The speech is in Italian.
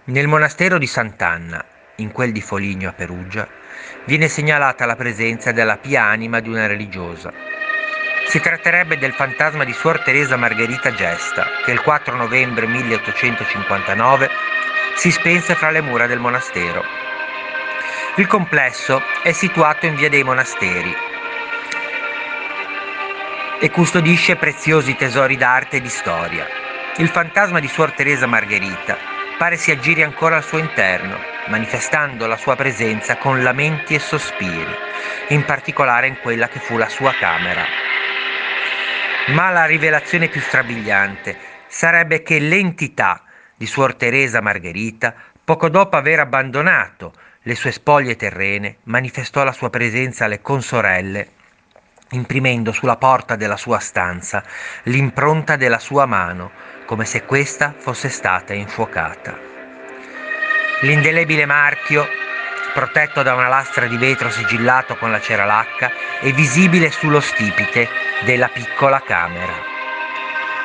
Nel monastero di Sant'Anna, in quel di Foligno a Perugia, viene segnalata la presenza della pia anima di una religiosa. Si tratterebbe del fantasma di Suor Teresa Margherita Gesta, che il 4 novembre 1859 si spense fra le mura del monastero. Il complesso è situato in via dei Monasteri e custodisce preziosi tesori d'arte e di storia. Il fantasma di Suor Teresa Margherita pare si aggiri ancora al suo interno, manifestando la sua presenza con lamenti e sospiri, in particolare in quella che fu la sua camera. Ma la rivelazione più strabiliante sarebbe che l'entità di Suor Teresa Margherita, poco dopo aver abbandonato le sue spoglie terrene, manifestò la sua presenza alle consorelle, imprimendo sulla porta della sua stanza l'impronta della sua mano, come se questa fosse stata infuocata. L'indelebile marchio, protetto da una lastra di vetro sigillato con la cera lacca, è visibile sullo stipite della piccola camera.